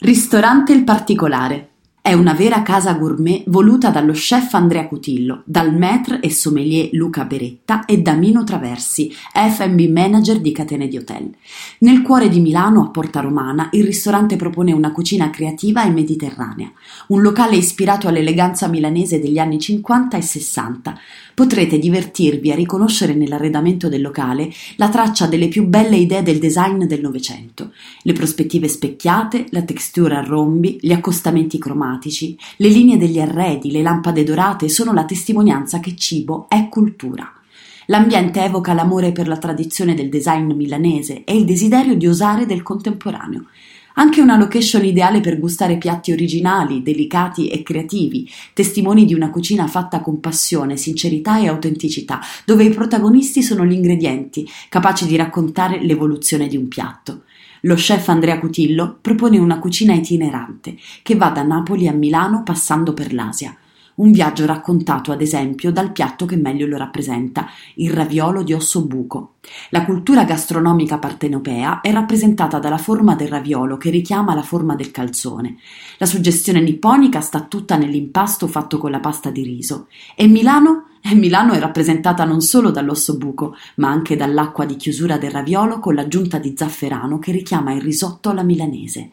Ristorante Il Particolare. È una vera casa gourmet voluta dallo chef Andrea Cutillo, dal maître e sommelier Luca Beretta e da Mino Traversi, F&B manager di catene di hotel. Nel cuore di Milano, a Porta Romana, il ristorante propone una cucina creativa e mediterranea, un locale ispirato all'eleganza milanese degli anni 50 e 60. Potrete divertirvi a riconoscere nell'arredamento del locale la traccia delle più belle idee del design del Novecento, le prospettive specchiate, la textura a rombi, gli accostamenti cromatici, le linee degli arredi, le lampade dorate sono la testimonianza che cibo è cultura. L'ambiente evoca l'amore per la tradizione del design milanese e il desiderio di osare del contemporaneo. Anche una location ideale per gustare piatti originali, delicati e creativi, testimoni di una cucina fatta con passione, sincerità e autenticità, dove i protagonisti sono gli ingredienti, capaci di raccontare l'evoluzione di un piatto. Lo chef Andrea Cutillo propone una cucina itinerante che va da Napoli a Milano passando per l'Asia. Un viaggio raccontato ad esempio dal piatto che meglio lo rappresenta, il raviolo di ossobuco. La cultura gastronomica partenopea è rappresentata dalla forma del raviolo che richiama la forma del calzone. La suggestione nipponica sta tutta nell'impasto fatto con la pasta di riso. E Milano? Milano è rappresentata non solo dall'ossobuco, ma anche dall'acqua di chiusura del raviolo con l'aggiunta di zafferano che richiama il risotto alla milanese.